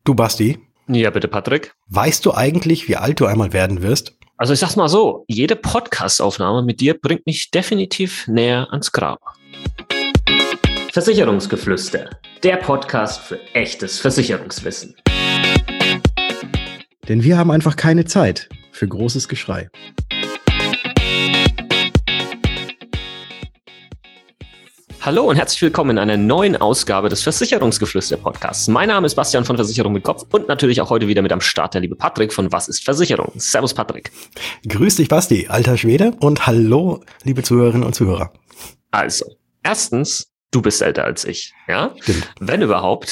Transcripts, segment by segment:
Du, Basti, Ja, bitte, Patrick. weißt du eigentlich, wie alt du einmal werden wirst? Also ich sag's mal so, jede Podcast-Aufnahme mit dir bringt mich definitiv näher ans Grab. Versicherungsgeflüster, der Podcast für echtes Versicherungswissen. Denn wir haben einfach keine Zeit für großes Geschrei. Hallo und herzlich willkommen in einer neuen Ausgabe des Versicherungsgeflüster-Podcasts. Mein Name ist Bastian von Versicherung mit Kopf und natürlich auch heute wieder mit am Start der liebe Patrick von Was ist Versicherung? Servus, Patrick. Grüß dich, Basti, alter Schwede, und hallo, liebe Zuhörerinnen und Zuhörer. Also, erstens, du bist älter als ich, ja? Stimmt. Wenn überhaupt,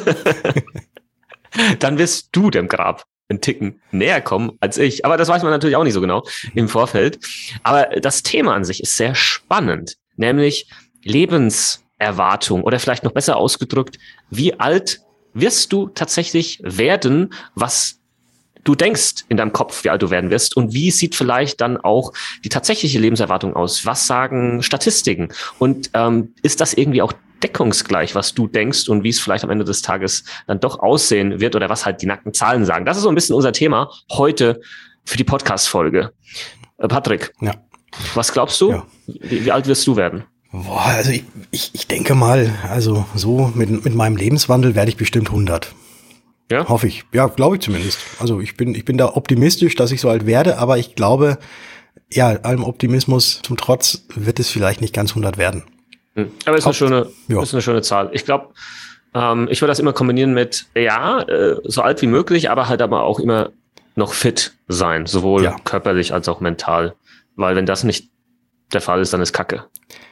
dann wirst du dem Grab einen Ticken näher kommen als ich. Aber das weiß man natürlich auch nicht so genau im Vorfeld. Aber das Thema an sich ist sehr spannend, nämlich Lebenserwartung oder vielleicht noch besser ausgedrückt, wie alt wirst du tatsächlich werden, was du denkst in deinem Kopf, wie alt du werden wirst und wie sieht vielleicht dann auch die tatsächliche Lebenserwartung aus? Was sagen Statistiken? Und ist das irgendwie auch deckungsgleich, was du denkst und wie es vielleicht am Ende des Tages dann doch aussehen wird oder was halt die nackten Zahlen sagen? Das ist so ein bisschen unser Thema heute für die Podcast-Folge. Patrick, Ja. was glaubst du? Ja. Wie alt wirst du werden? Boah, also ich denke mal, also so mit meinem Lebenswandel werde ich bestimmt 100. Ja? Hoffe ich. Ja, glaube ich zumindest. Also ich bin da optimistisch, dass ich so alt werde, aber ich glaube, ja, allem Optimismus zum Trotz wird es vielleicht nicht ganz 100 werden. Aber ist eine Ja. schöne Zahl. Ich glaube, ich würde das immer kombinieren mit, so alt wie möglich, aber halt aber auch immer noch fit sein, sowohl Ja. körperlich als auch mental. Weil wenn das nicht der Fall ist, dann ist Kacke.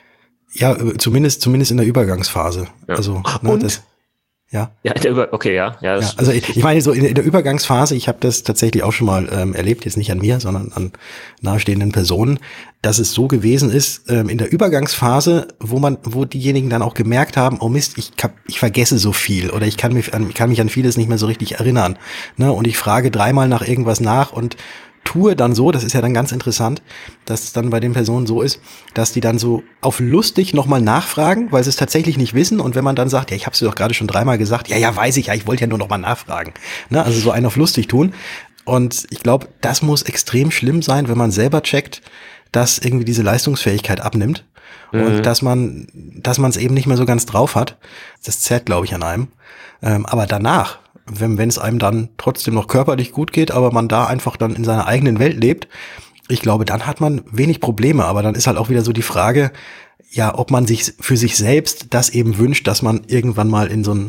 Ja, zumindest in der Übergangsphase. Ja. Also, Und? ja. Ja, okay, ja. Ja, also ich meine, so in der Übergangsphase, ich habe das tatsächlich auch schon mal erlebt, jetzt nicht an mir, sondern an nahestehenden Personen, dass es so gewesen ist, in der Übergangsphase, wo diejenigen dann auch gemerkt haben, oh Mist, ich vergesse so viel oder ich kann mich an vieles nicht mehr so richtig erinnern. Ne? Und ich frage dreimal nach irgendwas nach und tue dann so, das ist ja dann ganz interessant, dass es dann bei den Personen so ist, dass die dann so auf lustig nochmal nachfragen, weil sie es tatsächlich nicht wissen. Und wenn man dann sagt, ja, ich habe es dir doch gerade schon dreimal gesagt, ja, weiß ich, ja, ich wollte ja nur nochmal nachfragen. Ne? Also so einen auf lustig tun. Und ich glaube, das muss extrem schlimm sein, wenn man selber checkt, dass irgendwie diese Leistungsfähigkeit abnimmt und dass man es eben nicht mehr so ganz drauf hat. Das zerrt, glaube ich, an einem. Aber danach, wenn es einem dann trotzdem noch körperlich gut geht, aber man da einfach dann in seiner eigenen Welt lebt, ich glaube, dann hat man wenig Probleme. Aber dann ist halt auch wieder so die Frage, ja, ob man sich für sich selbst das eben wünscht, dass man irgendwann mal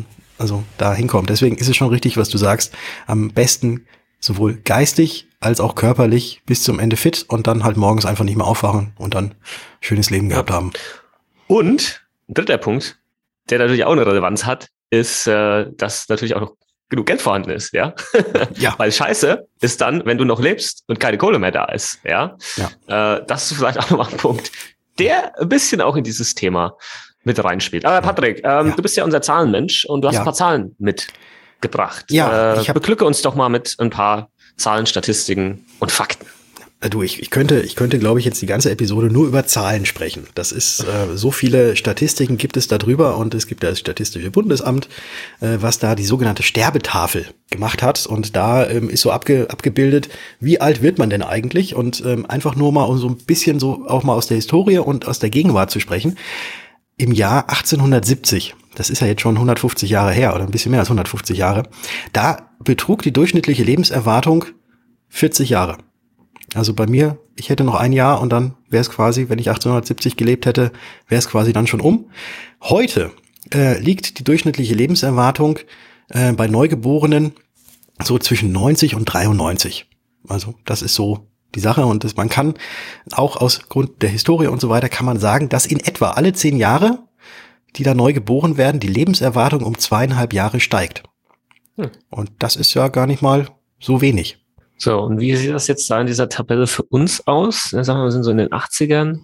da hinkommt. Deswegen ist es schon richtig, was du sagst. Am besten sowohl geistig als auch körperlich bis zum Ende fit und dann halt morgens einfach nicht mehr aufwachen und dann schönes Leben gehabt haben. Und ein dritter Punkt, der natürlich auch eine Relevanz hat, ist, dass natürlich auch noch genug Geld vorhanden ist, ja. Ja. Weil Scheiße ist dann, wenn du noch lebst und keine Kohle mehr da ist, ja. Das ist vielleicht auch nochmal ein Punkt, der ein bisschen auch in dieses Thema mit reinspielt. Aber Patrick, du bist ja unser Zahlenmensch und du hast ein paar Zahlen mitgebracht. Ja, beglücke uns doch mal mit ein paar Zahlen, Statistiken und Fakten. Du, ich könnte, glaube ich, jetzt die ganze Episode nur über Zahlen sprechen. Das ist, so viele Statistiken gibt es da drüber und es gibt das Statistische Bundesamt, was da die sogenannte Sterbetafel gemacht hat und da ist so abgebildet, wie alt wird man denn eigentlich und einfach nur mal um so ein bisschen so auch mal aus der Historie und aus der Gegenwart zu sprechen. Im Jahr 1870, das ist ja jetzt schon 150 Jahre her oder ein bisschen mehr als 150 Jahre, da betrug die durchschnittliche Lebenserwartung 40 Jahre. Also bei mir, ich hätte noch ein Jahr und dann wäre es quasi, wenn ich 1870 gelebt hätte, wäre es quasi dann schon um. Heute liegt die durchschnittliche Lebenserwartung bei Neugeborenen so zwischen 90 und 93. Also das ist so die Sache und man kann auch aus Grund der Historie und so weiter kann man sagen, dass in etwa alle 10 Jahre, die da neu geboren werden, die Lebenserwartung um 2,5 Jahre steigt. Und das ist ja gar nicht mal so wenig. So, und wie sieht das jetzt da in dieser Tabelle für uns aus? Sagen wir, wir sind so in den 80ern.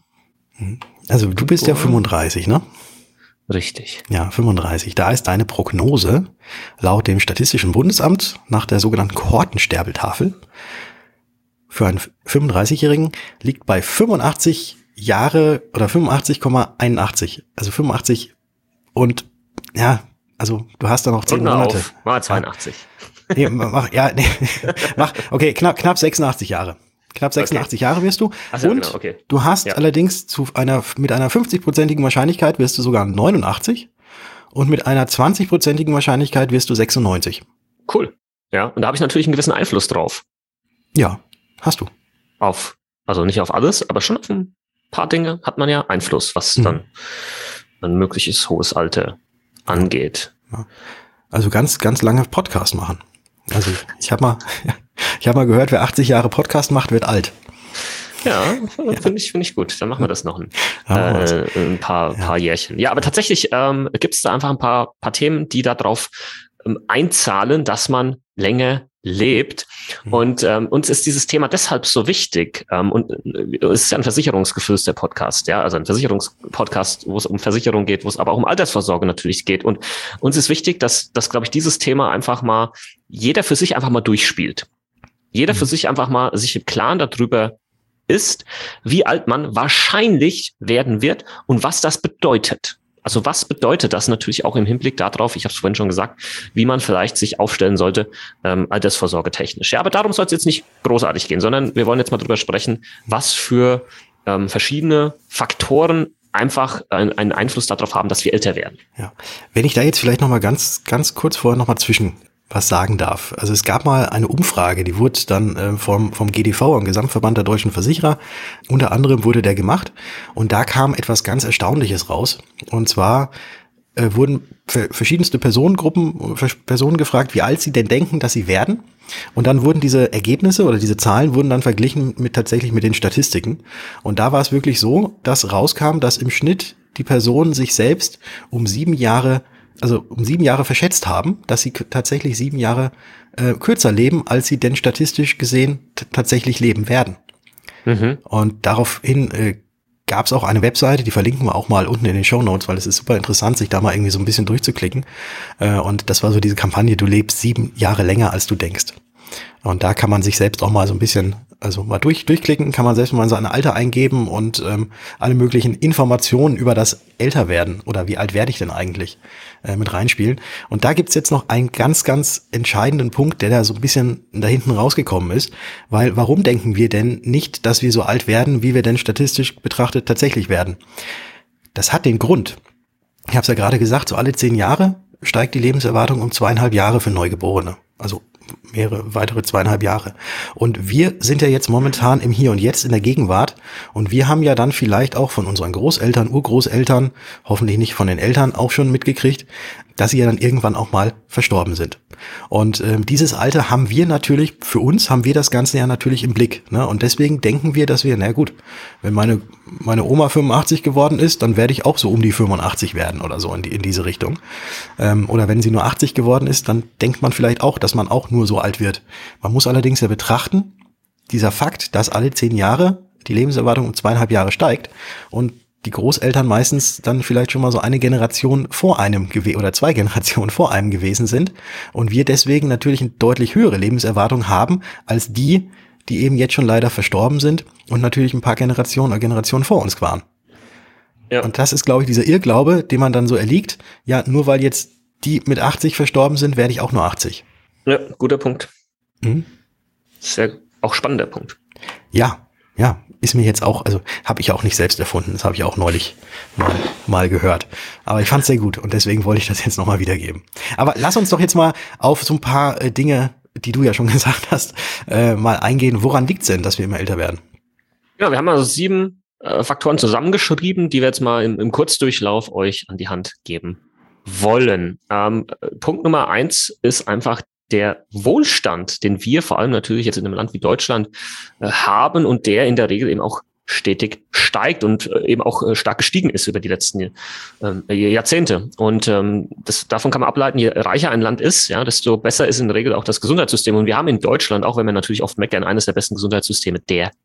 Also du bist ja 35, ne? Richtig. Ja, 35. Da ist deine Prognose laut dem Statistischen Bundesamt nach der sogenannten Kohortensterbetafel für einen 35-Jährigen liegt bei 85 Jahre oder 85,81. Also 85 und ja, Also du hast da noch 10 mal Monate. Auf. Mal 82. Okay, knapp 86 Jahre. Knapp 86 Jahre wirst du. Ach so, und genau, okay. du hast allerdings mit einer 50-prozentigen Wahrscheinlichkeit wirst du sogar 89 und mit einer 20-prozentigen Wahrscheinlichkeit wirst du 96. Cool. Ja, und da habe ich natürlich einen gewissen Einfluss drauf. Ja, hast du. Also nicht auf alles, aber schon auf ein paar Dinge hat man ja Einfluss, was dann ein mögliches hohes Alter angeht. Ja. Also ganz, ganz lange Podcast machen. Also ich habe mal gehört, wer 80 Jahre Podcast macht, wird alt. Ja, finde ich gut. Dann machen wir das noch ein paar Jährchen. Ja, aber tatsächlich gibt es da einfach ein paar Themen, die darauf einzahlen, dass man länger lebt. Und uns ist dieses Thema deshalb so wichtig. Und es ist ja ein versicherungsgeflüster Podcast, ja, also ein Versicherungspodcast, wo es um Versicherung geht, wo es aber auch um Altersvorsorge natürlich geht. Und uns ist wichtig, dass glaube ich, dieses Thema einfach mal jeder für sich einfach mal durchspielt. Jeder für sich einfach mal sich im Klaren darüber ist, wie alt man wahrscheinlich werden wird und was das bedeutet. Also was bedeutet das natürlich auch im Hinblick darauf, ich habe es vorhin schon gesagt, wie man vielleicht sich aufstellen sollte, altersvorsorgetechnisch. Ja, aber darum soll es jetzt nicht großartig gehen, sondern wir wollen jetzt mal drüber sprechen, was für verschiedene Faktoren einfach einen Einfluss darauf haben, dass wir älter werden. Ja, wenn ich da jetzt vielleicht noch mal ganz kurz vorher noch mal zwischen was sagen darf. Also es gab mal eine Umfrage, die wurde dann vom GDV, am Gesamtverband der deutschen Versicherer, unter anderem wurde der gemacht und da kam etwas ganz Erstaunliches raus. Und zwar wurden verschiedenste Personen gefragt, wie alt sie denn denken, dass sie werden. Und dann wurden diese Ergebnisse oder diese Zahlen wurden dann verglichen tatsächlich mit den Statistiken. Und da war es wirklich so, dass rauskam, dass im Schnitt die Personen sich selbst um 7 Jahre verschätzt haben, dass sie tatsächlich 7 Jahre kürzer leben, als sie denn statistisch gesehen tatsächlich leben werden. Und daraufhin gab es auch eine Webseite, die verlinken wir auch mal unten in den Shownotes, weil es ist super interessant, sich da mal irgendwie so ein bisschen durchzuklicken. Und das war so diese Kampagne, du lebst 7 Jahre länger, als du denkst. Und da kann man sich selbst auch mal so ein bisschen, also mal durchklicken, kann man selbst mal sein Alter eingeben und alle möglichen Informationen über das Älterwerden oder wie alt werde ich denn eigentlich mit reinspielen. Und da gibt's jetzt noch einen ganz, ganz entscheidenden Punkt, der da so ein bisschen da hinten rausgekommen ist. Weil warum denken wir denn nicht, dass wir so alt werden, wie wir denn statistisch betrachtet tatsächlich werden? Das hat den Grund. Ich habe es ja gerade gesagt, so alle 10 Jahre steigt die Lebenserwartung um 2,5 Jahre für Neugeborene. Also mehrere weitere 2,5 Jahre. Und wir sind ja jetzt momentan im Hier und Jetzt in der Gegenwart und wir haben ja dann vielleicht auch von unseren Großeltern, Urgroßeltern, hoffentlich nicht von den Eltern auch schon mitgekriegt, dass sie ja dann irgendwann auch mal verstorben sind. Und dieses Alter haben wir natürlich, für uns haben wir das Ganze ja natürlich im Blick. Ne? Und deswegen denken wir, dass wir, na gut, wenn meine Oma 85 geworden ist, dann werde ich auch so um die 85 werden oder so in diese Richtung. Oder wenn sie nur 80 geworden ist, dann denkt man vielleicht auch, dass man auch nur so alt wird. Man muss allerdings ja betrachten, dieser Fakt, dass alle 10 Jahre die Lebenserwartung um 2,5 Jahre steigt und die Großeltern meistens dann vielleicht schon mal so eine Generation vor einem oder 2 Generationen vor einem gewesen sind und wir deswegen natürlich eine deutlich höhere Lebenserwartung haben als die eben jetzt schon leider verstorben sind und natürlich ein paar Generationen vor uns waren. Ja. Und das ist, glaube ich, dieser Irrglaube, den man dann so erliegt. Ja, nur weil jetzt die mit 80 verstorben sind, werde ich auch nur 80. Ja, guter Punkt. Sehr auch spannender Punkt. Ja, ist mir jetzt auch, also habe ich auch nicht selbst erfunden, das habe ich auch neulich mal gehört. Aber ich fand es sehr gut und deswegen wollte ich das jetzt nochmal wiedergeben. Aber lass uns doch jetzt mal auf so ein paar Dinge, die du ja schon gesagt hast, mal eingehen. Woran liegt es denn, dass wir immer älter werden? Ja, wir haben also 7 Faktoren zusammengeschrieben, die wir jetzt mal im Kurzdurchlauf euch an die Hand geben wollen. Punkt Nummer 1 ist einfach der Wohlstand, den wir vor allem natürlich jetzt in einem Land wie Deutschland haben und der in der Regel eben auch stetig steigt und eben auch stark gestiegen ist über die letzten Jahrzehnte. Und davon kann man ableiten, je reicher ein Land ist, ja, desto besser ist in der Regel auch das Gesundheitssystem. Und wir haben in Deutschland, auch wenn wir natürlich oft meckern, eines der besten Gesundheitssysteme der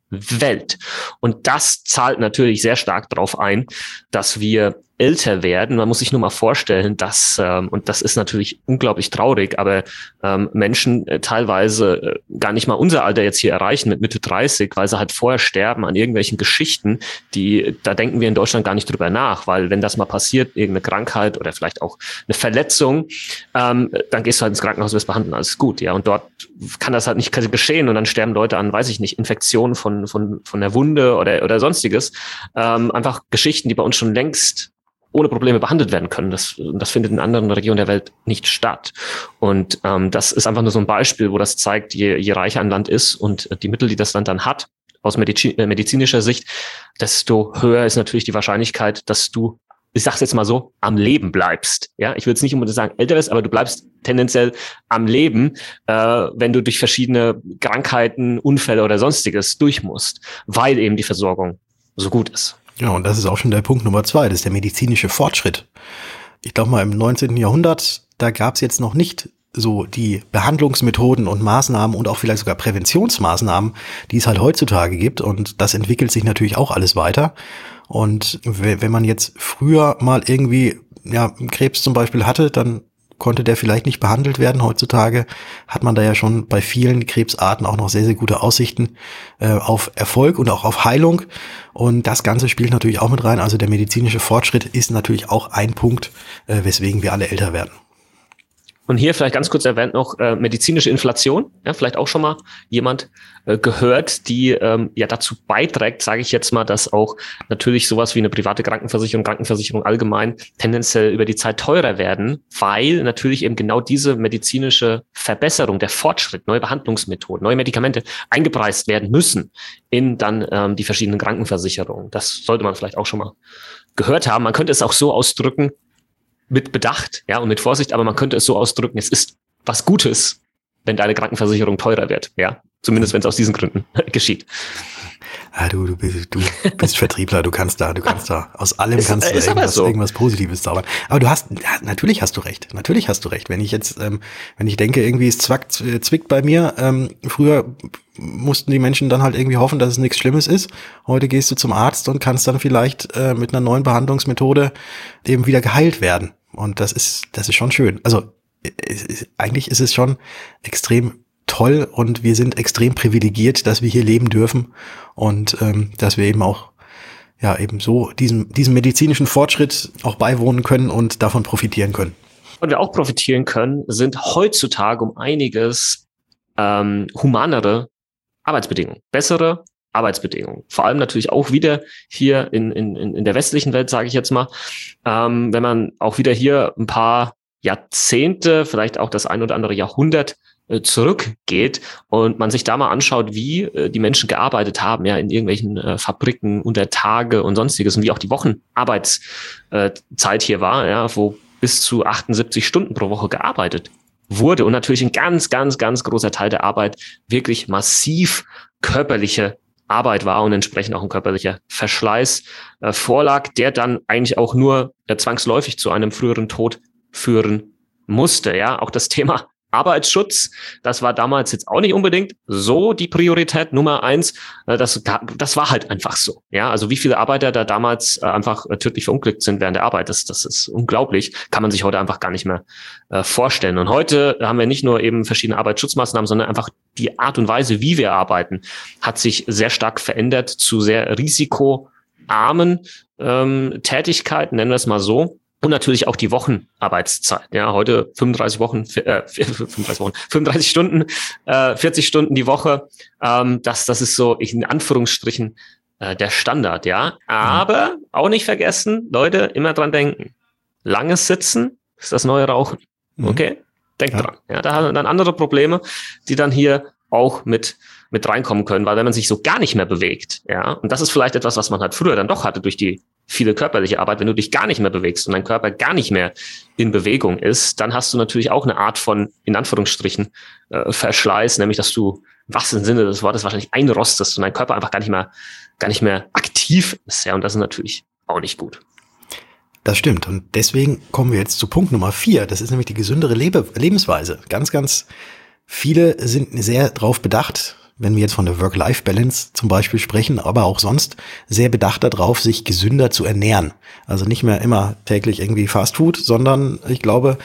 Welt. Und das zahlt natürlich sehr stark darauf ein, dass wir älter werden. Man muss sich nur mal vorstellen, dass, und das ist natürlich unglaublich traurig, aber Menschen teilweise gar nicht mal unser Alter jetzt hier erreichen mit Mitte 30, weil sie halt vorher sterben an irgendwelchen Geschichten, da denken wir in Deutschland gar nicht drüber nach, weil wenn das mal passiert, irgendeine Krankheit oder vielleicht auch eine Verletzung, dann gehst du halt ins Krankenhaus, wirst behandeln, alles gut, ja. Und dort kann das halt nicht geschehen und dann sterben Leute an, weiß ich nicht, Infektionen von der Wunde oder sonstiges. Einfach Geschichten, die bei uns schon längst ohne Probleme behandelt werden können. Das findet in anderen Regionen der Welt nicht statt. Und das ist einfach nur so ein Beispiel, wo das zeigt, je reicher ein Land ist und die Mittel, die das Land dann hat, aus medizinischer Sicht, desto höher ist natürlich die Wahrscheinlichkeit, dass du, ich sag's jetzt mal so, am Leben bleibst. Ja, ich will jetzt nicht unbedingt sagen, älter bist, aber du bleibst tendenziell am Leben, wenn du durch verschiedene Krankheiten, Unfälle oder sonstiges durch musst, weil eben die Versorgung so gut ist. Ja, und das ist auch schon der Punkt Nummer 2, das ist der medizinische Fortschritt. Ich glaube mal, im 19. Jahrhundert, da gab es jetzt noch nicht so die Behandlungsmethoden und Maßnahmen und auch vielleicht sogar Präventionsmaßnahmen, die es halt heutzutage gibt. Und das entwickelt sich natürlich auch alles weiter. Und wenn man jetzt früher mal irgendwie Krebs zum Beispiel hatte, dann konnte der vielleicht nicht behandelt werden. Heutzutage hat man da ja schon bei vielen Krebsarten auch noch sehr, sehr gute Aussichten auf Erfolg und auch auf Heilung. Und das Ganze spielt natürlich auch mit rein. Also der medizinische Fortschritt ist natürlich auch ein Punkt, weswegen wir alle älter werden. Und hier vielleicht ganz kurz erwähnt noch medizinische Inflation, ja, vielleicht auch schon mal jemand gehört, die ja dazu beiträgt, sage ich jetzt mal, dass auch natürlich sowas wie eine private Krankenversicherung allgemein tendenziell über die Zeit teurer werden, weil natürlich eben genau diese medizinische Verbesserung, der Fortschritt, neue Behandlungsmethoden, neue Medikamente eingepreist werden müssen in dann die verschiedenen Krankenversicherungen. Das sollte man vielleicht auch schon mal gehört haben. Man könnte es auch so ausdrücken, mit Bedacht, ja, und mit Vorsicht, aber man könnte es so ausdrücken, es ist was Gutes, wenn deine Krankenversicherung teurer wird, ja, zumindest wenn es aus diesen Gründen geschieht. Ja, du bist Vertriebler, du kannst da, aus allem kannst du irgendwas Positives zaubern. Aber natürlich hast du recht. Wenn ich denke, irgendwie es zwickt bei mir, früher mussten die Menschen dann halt irgendwie hoffen, dass es nichts Schlimmes ist. Heute gehst du zum Arzt und kannst dann vielleicht mit einer neuen Behandlungsmethode eben wieder geheilt werden. Und das ist schon schön. Also eigentlich ist es schon extrem toll und wir sind extrem privilegiert, dass wir hier leben dürfen und dass wir eben auch eben so diesem medizinischen Fortschritt auch beiwohnen können und davon profitieren können. Und wir auch profitieren können, sind heutzutage um einiges humanere Arbeitsbedingungen, bessere Arbeitsbedingungen. Vor allem natürlich auch wieder hier in der westlichen Welt, sage ich jetzt mal, wenn man auch wieder hier ein paar Jahrzehnte, vielleicht auch das ein oder andere Jahrhundert zurückgeht und man sich da mal anschaut, wie die Menschen gearbeitet haben, ja, in irgendwelchen Fabriken unter Tage und sonstiges und wie auch die Wochenarbeitszeit hier war, ja, wo bis zu 78 Stunden pro Woche gearbeitet wurde und natürlich ein ganz, ganz, ganz großer Teil der Arbeit wirklich massiv körperliche Arbeit war und entsprechend auch ein körperlicher Verschleiß vorlag, der dann eigentlich auch nur zwangsläufig zu einem früheren Tod führen musste. Ja, auch das Thema Arbeitsschutz, das war damals jetzt auch nicht unbedingt so die Priorität Nummer 1. Das war halt einfach so. Ja, also wie viele Arbeiter da damals einfach tödlich verunglückt sind während der Arbeit, das ist unglaublich. Kann man sich heute einfach gar nicht mehr vorstellen. Und heute haben wir nicht nur eben verschiedene Arbeitsschutzmaßnahmen, sondern einfach die Art und Weise, wie wir arbeiten, hat sich sehr stark verändert zu sehr risikoarmen Tätigkeiten, nennen wir es mal so. Und natürlich auch die Wochenarbeitszeit. Ja, heute 35 Stunden, 40 Stunden die Woche. Das ist so, in Anführungsstrichen, der Standard, ja. Aber auch nicht vergessen, Leute, immer dran denken. Langes Sitzen ist das neue Rauchen. Okay? Denkt dran. Ja, da haben dann andere Probleme, die dann hier auch mit reinkommen können, weil wenn man sich so gar nicht mehr bewegt, ja, und das ist vielleicht etwas, was man halt früher dann doch hatte durch die viele körperliche Arbeit, wenn du dich gar nicht mehr bewegst und dein Körper gar nicht mehr in Bewegung ist, dann hast du natürlich auch eine Art von, in Anführungsstrichen, Verschleiß, nämlich, dass du im wahrsten Sinne des Wortes wahrscheinlich einrostest und dein Körper einfach gar nicht mehr aktiv ist, ja, und das ist natürlich auch nicht gut. Das stimmt und deswegen kommen wir jetzt zu Punkt Nummer 4, das ist nämlich die gesündere Lebensweise. Ganz, ganz viele sind sehr drauf bedacht, wenn wir jetzt von der Work-Life-Balance zum Beispiel sprechen, aber auch sonst sehr bedacht darauf, sich gesünder zu ernähren. Also nicht mehr immer täglich irgendwie Fast Food, sondern ich glaube,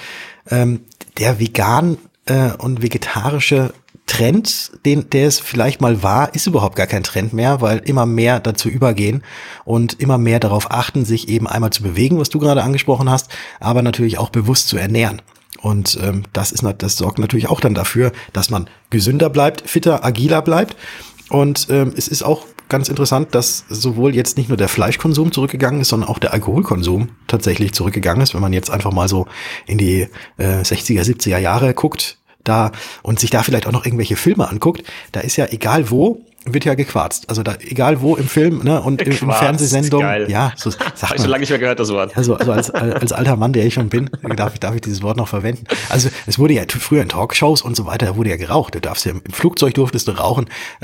der vegan und vegetarische Trend, der es vielleicht mal war, ist überhaupt gar kein Trend mehr, weil immer mehr dazu übergehen und immer mehr darauf achten, sich eben einmal zu bewegen, was du gerade angesprochen hast, aber natürlich auch bewusst zu ernähren. Und das sorgt natürlich auch dann dafür, dass man gesünder bleibt, fitter, agiler bleibt. Und es ist auch ganz interessant, dass sowohl jetzt nicht nur der Fleischkonsum zurückgegangen ist, sondern auch der Alkoholkonsum tatsächlich zurückgegangen ist. Wenn man jetzt einfach mal so in die 60er, 70er Jahre guckt, da und sich da vielleicht auch noch irgendwelche Filme anguckt, da ist ja egal wo, wird ja gequarzt. Also da egal wo im Film, ne, und in Fernsehsendungen. Geil. Ja, so habe ich schon lange nicht mehr gehört, das Wort. Also als alter Mann, der ich schon bin, darf ich dieses Wort noch verwenden. Also es wurde ja früher in Talkshows und so weiter, da wurde ja geraucht. Du darfst ja im Flugzeug durftest du rauchen.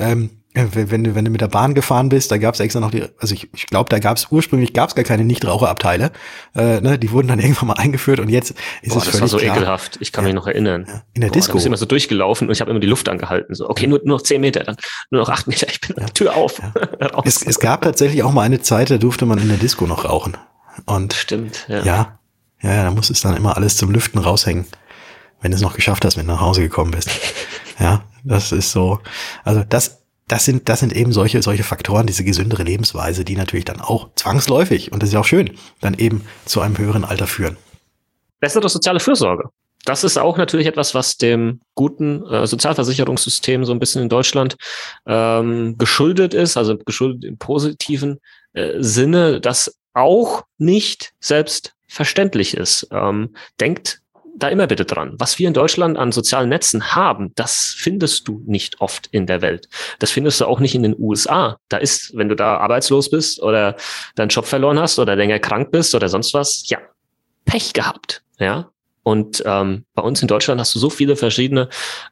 Wenn du mit der Bahn gefahren bist, da gab's extra noch ich glaube, ursprünglich gab's gar keine Nichtraucherabteile. Die wurden dann irgendwann mal eingeführt und jetzt ist es völlig das war so klar. ekelhaft. Ich kann mich noch erinnern. Ja. In der Disco. Da bist du immer so durchgelaufen und ich habe immer die Luft angehalten. So, okay, nur noch 10 Meter, dann nur noch 8 Meter, ich bin an der Tür auf. Ja. Es gab tatsächlich auch mal eine Zeit, da durfte man in der Disco noch rauchen. Und stimmt, ja, da muss es dann immer alles zum Lüften raushängen, wenn du es noch geschafft hast, wenn du nach Hause gekommen bist. Ja, das ist so, also das sind eben solche Faktoren, diese gesündere Lebensweise, die natürlich dann auch zwangsläufig, und das ist ja auch schön, dann eben zu einem höheren Alter führen. Bessere soziale Fürsorge. Das ist auch natürlich etwas, was dem guten Sozialversicherungssystem so ein bisschen in Deutschland geschuldet ist, also geschuldet im positiven Sinne, das auch nicht selbstverständlich ist. Denkt da immer bitte dran. Was wir in Deutschland an sozialen Netzen haben, das findest du nicht oft in der Welt. Das findest du auch nicht in den USA. Da ist, wenn du da arbeitslos bist oder deinen Job verloren hast oder länger krank bist oder sonst was, ja, Pech gehabt, ja. Und bei uns in Deutschland hast du so viele verschiedene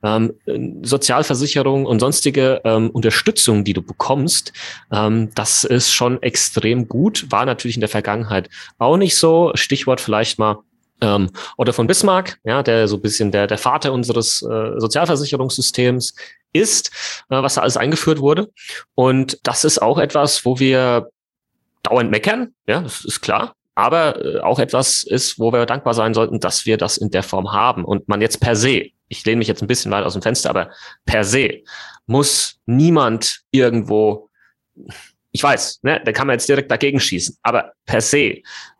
Sozialversicherungen und sonstige Unterstützung, die du bekommst. Das ist schon extrem gut. War natürlich in der Vergangenheit auch nicht so. Stichwort vielleicht mal Otto von Bismarck, ja, der so ein bisschen der Vater unseres Sozialversicherungssystems ist, was da alles eingeführt wurde. Und das ist auch etwas, wo wir dauernd meckern, ja, das ist klar. Aber auch etwas ist, wo wir dankbar sein sollten, dass wir das in der Form haben. Und man jetzt per se, ich lehne mich jetzt ein bisschen weit aus dem Fenster, aber per se muss niemand irgendwo, ich weiß, ne, da kann man jetzt direkt dagegen schießen, aber per se,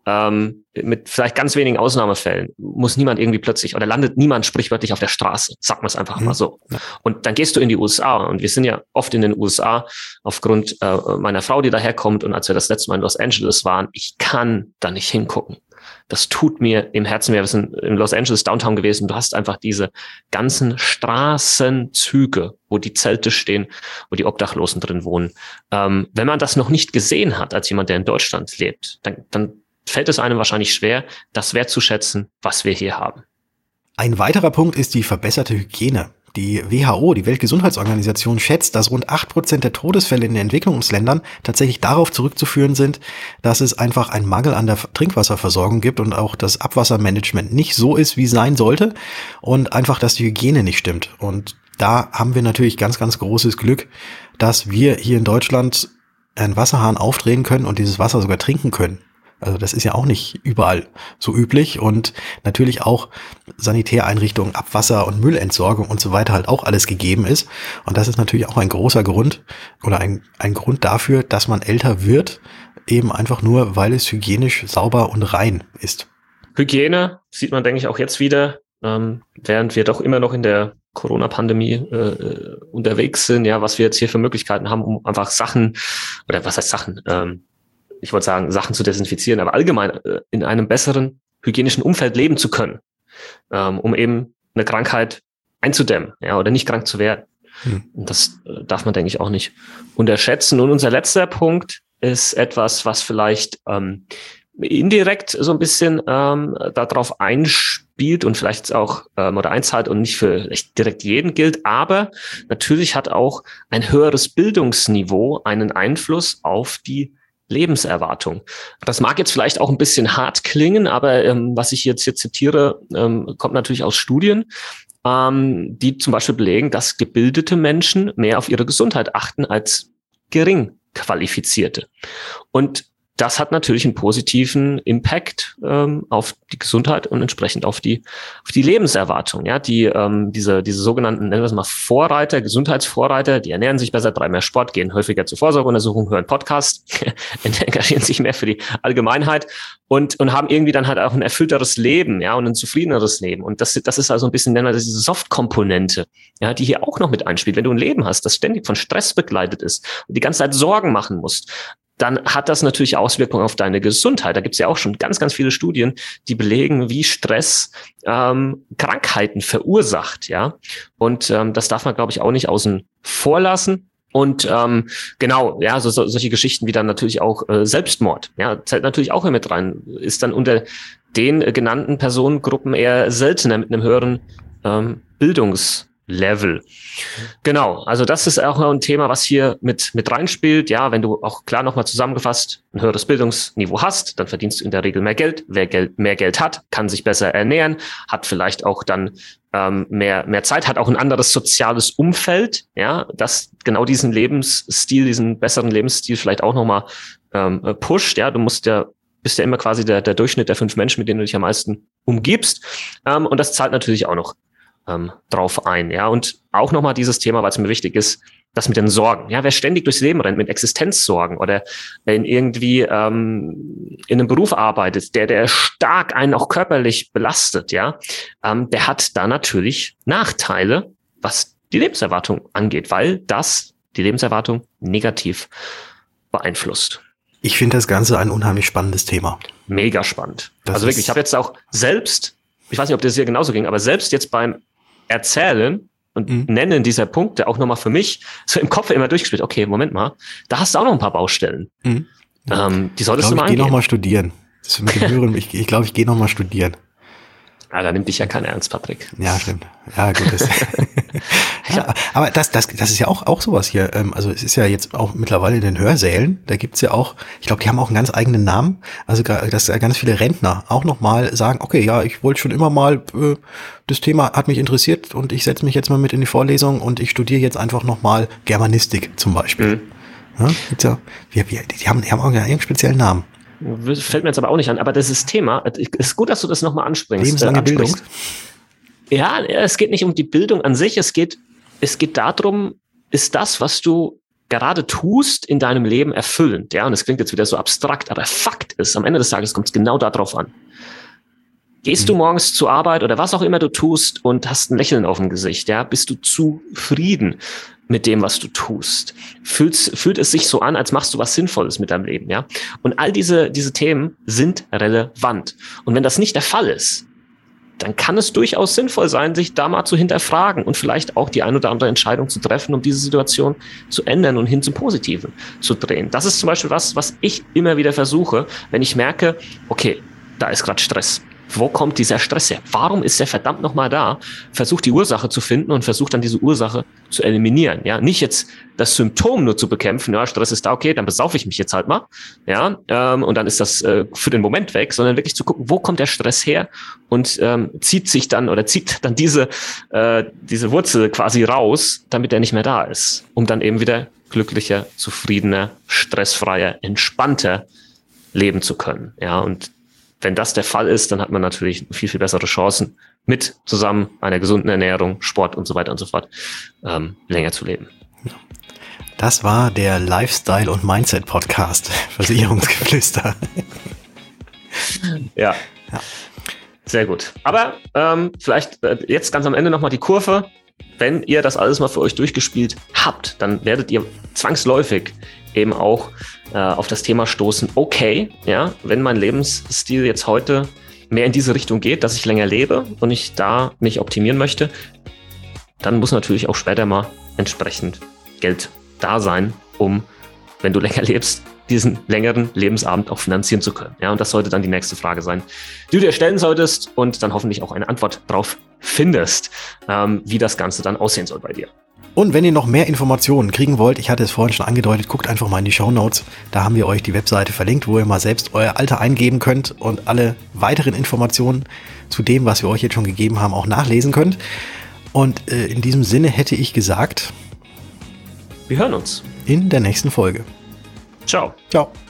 mit vielleicht ganz wenigen Ausnahmefällen, muss niemand irgendwie plötzlich oder landet niemand sprichwörtlich auf der Straße, sagen wir es einfach mal so. Und dann gehst du in die USA und wir sind ja oft in den USA aufgrund meiner Frau, die daherkommt, und als wir das letzte Mal in Los Angeles waren, ich kann da nicht hingucken. Das tut mir im Herzen weh. Wir sind in Los Angeles Downtown gewesen. Du hast einfach diese ganzen Straßenzüge, wo die Zelte stehen, wo die Obdachlosen drin wohnen. Wenn man das noch nicht gesehen hat, als jemand, der in Deutschland lebt, dann fällt es einem wahrscheinlich schwer, das wertzuschätzen, was wir hier haben. Ein weiterer Punkt ist die verbesserte Hygiene. Die WHO, die Weltgesundheitsorganisation, schätzt, dass rund 8% der Todesfälle in den Entwicklungsländern tatsächlich darauf zurückzuführen sind, dass es einfach einen Mangel an der Trinkwasserversorgung gibt und auch das Abwassermanagement nicht so ist, wie sein sollte, und einfach, dass die Hygiene nicht stimmt. Und da haben wir natürlich ganz, ganz großes Glück, dass wir hier in Deutschland einen Wasserhahn aufdrehen können und dieses Wasser sogar trinken können. Also das ist ja auch nicht überall so üblich, und natürlich auch Sanitäreinrichtungen, Abwasser und Müllentsorgung und so weiter halt auch alles gegeben ist. Und das ist natürlich auch ein großer Grund oder ein Grund dafür, dass man älter wird, eben einfach nur, weil es hygienisch sauber und rein ist. Hygiene sieht man, denke ich, auch jetzt wieder, während wir doch immer noch in der Corona-Pandemie unterwegs sind, ja, was wir jetzt hier für Möglichkeiten haben, um einfach Sachen, oder was heißt Sachen, ich wollte sagen, Sachen zu desinfizieren, aber allgemein in einem besseren hygienischen Umfeld leben zu können, um eben eine Krankheit einzudämmen, ja, oder nicht krank zu werden. Und das darf man, denke ich, auch nicht unterschätzen. Und unser letzter Punkt ist etwas, was vielleicht indirekt so ein bisschen darauf einspielt und vielleicht auch oder einzahlt und nicht für direkt jeden gilt, aber natürlich hat auch ein höheres Bildungsniveau einen Einfluss auf die Lebenserwartung. Das mag jetzt vielleicht auch ein bisschen hart klingen, aber was ich jetzt hier zitiere, kommt natürlich aus Studien. die zum Beispiel belegen, dass gebildete Menschen mehr auf ihre Gesundheit achten als gering qualifizierte. Und das hat natürlich einen positiven Impact auf die Gesundheit und entsprechend auf die Lebenserwartung. Ja, diese sogenannten, nennen wir es mal Vorreiter, Gesundheitsvorreiter, die ernähren sich besser, treiben mehr Sport, gehen häufiger zur Vorsorgeuntersuchung, hören Podcast, engagieren sich mehr für die Allgemeinheit und haben irgendwie dann halt auch ein erfüllteres Leben, ja, und ein zufriedeneres Leben. Und das ist also ein bisschen, nennen wir das, diese Soft-Komponente, ja, die hier auch noch mit einspielt. Wenn du ein Leben hast, das ständig von Stress begleitet ist und die ganze Zeit Sorgen machen musst, dann hat das natürlich Auswirkungen auf deine Gesundheit. Da gibt es ja auch schon ganz, ganz viele Studien, die belegen, wie Stress Krankheiten verursacht, ja. Und das darf man, glaube ich, auch nicht außen vor lassen. Und genau, ja, solche Geschichten wie dann natürlich auch Selbstmord, ja, zählt natürlich auch hier mit rein. Ist dann unter den genannten Personengruppen eher seltener mit einem höheren Bildungslevel. Genau, also das ist auch noch ein Thema, was hier mit reinspielt. Ja, wenn du auch klar nochmal zusammengefasst ein höheres Bildungsniveau hast, dann verdienst du in der Regel mehr Geld. Wer mehr Geld hat, kann sich besser ernähren, hat vielleicht auch dann mehr Zeit, hat auch ein anderes soziales Umfeld, ja, das genau diesen Lebensstil, diesen besseren Lebensstil vielleicht auch nochmal pusht. Ja, bist ja immer quasi der Durchschnitt der 5 Menschen, mit denen du dich am meisten umgibst. Und das zahlt natürlich auch noch drauf ein, ja, und auch nochmal dieses Thema, weil es mir wichtig ist, das mit den Sorgen, ja, wer ständig durchs Leben rennt mit Existenzsorgen oder in irgendwie in einem Beruf arbeitet, der stark einen auch körperlich belastet, ja, der hat da natürlich Nachteile, was die Lebenserwartung angeht, weil das die Lebenserwartung negativ beeinflusst. Ich finde das Ganze ein unheimlich spannendes Thema. Mega spannend. Also wirklich, ich habe jetzt auch selbst, ich weiß nicht, ob das hier genauso ging, aber selbst jetzt beim Erzählen und Nennen dieser Punkte auch nochmal für mich so im Kopf immer durchgespielt. Okay, Moment mal, da hast du auch noch ein paar Baustellen. Die solltest du mal angehen. Ich gehe nochmal studieren. Das mit dem Hören, ich glaube, ich gehe nochmal studieren. Ja, da nimmt dich ja keiner ernst, Patrick. Ja, stimmt. Ja, gut. Ja, aber das ist ja auch sowas hier. Also es ist ja jetzt auch mittlerweile in den Hörsälen, da gibt's ja auch, ich glaube, die haben auch einen ganz eigenen Namen. Also dass ganz viele Rentner auch nochmal sagen, okay, ja, ich wollte schon immer mal, das Thema hat mich interessiert und ich setze mich jetzt mal mit in die Vorlesung und ich studiere jetzt einfach nochmal Germanistik zum Beispiel. Ja, gibt's ja, die haben auch einen speziellen Namen. Fällt mir jetzt aber auch nicht an, aber das Thema, ist gut, dass du das nochmal ansprichst. Lebenslange Bildung? Ja, es geht nicht um die Bildung an sich, es geht darum, ist das, was du gerade tust, in deinem Leben erfüllend, ja, und es klingt jetzt wieder so abstrakt, aber Fakt ist, am Ende des Tages kommt es genau darauf an. Gehst du morgens zur Arbeit oder was auch immer du tust und hast ein Lächeln auf dem Gesicht, ja, bist du zufrieden mit dem, was du tust? Fühlt es sich so an, als machst du was Sinnvolles mit deinem Leben, ja? Und all diese Themen sind relevant. Und wenn das nicht der Fall ist, dann kann es durchaus sinnvoll sein, sich da mal zu hinterfragen und vielleicht auch die ein oder andere Entscheidung zu treffen, um diese Situation zu ändern und hin zum Positiven zu drehen. Das ist zum Beispiel was ich immer wieder versuche, wenn ich merke, okay, da ist gerade Stress. Wo kommt dieser Stress her? Warum ist der verdammt nochmal da? Versucht die Ursache zu finden und versucht dann diese Ursache zu eliminieren. Ja, nicht jetzt das Symptom nur zu bekämpfen. Ja, Stress ist da, okay, dann besaufe ich mich jetzt halt mal. Ja, und dann ist das für den Moment weg, sondern wirklich zu gucken, wo kommt der Stress her und zieht dann diese Wurzel quasi raus, damit er nicht mehr da ist, um dann eben wieder glücklicher, zufriedener, stressfreier, entspannter leben zu können. Ja, und wenn das der Fall ist, dann hat man natürlich viel, viel bessere Chancen, mit zusammen einer gesunden Ernährung, Sport und so weiter und so fort länger zu leben. Das war der Lifestyle- und Mindset-Podcast, Versicherungsgeflüster. Ja, sehr gut. Aber vielleicht jetzt ganz am Ende nochmal die Kurve. Wenn ihr das alles mal für euch durchgespielt habt, dann werdet ihr zwangsläufig eben auch auf das Thema stoßen, okay, ja, wenn mein Lebensstil jetzt heute mehr in diese Richtung geht, dass ich länger lebe und ich da mich optimieren möchte, dann muss natürlich auch später mal entsprechend Geld da sein, um, wenn du länger lebst, diesen längeren Lebensabend auch finanzieren zu können. Ja, und das sollte dann die nächste Frage sein, die du dir stellen solltest und dann hoffentlich auch eine Antwort drauf findest, wie das Ganze dann aussehen soll bei dir. Und wenn ihr noch mehr Informationen kriegen wollt, ich hatte es vorhin schon angedeutet, guckt einfach mal in die Shownotes. Da haben wir euch die Webseite verlinkt, wo ihr mal selbst euer Alter eingeben könnt und alle weiteren Informationen zu dem, was wir euch jetzt schon gegeben haben, auch nachlesen könnt. Und in diesem Sinne hätte ich gesagt, wir hören uns in der nächsten Folge. Ciao. Ciao.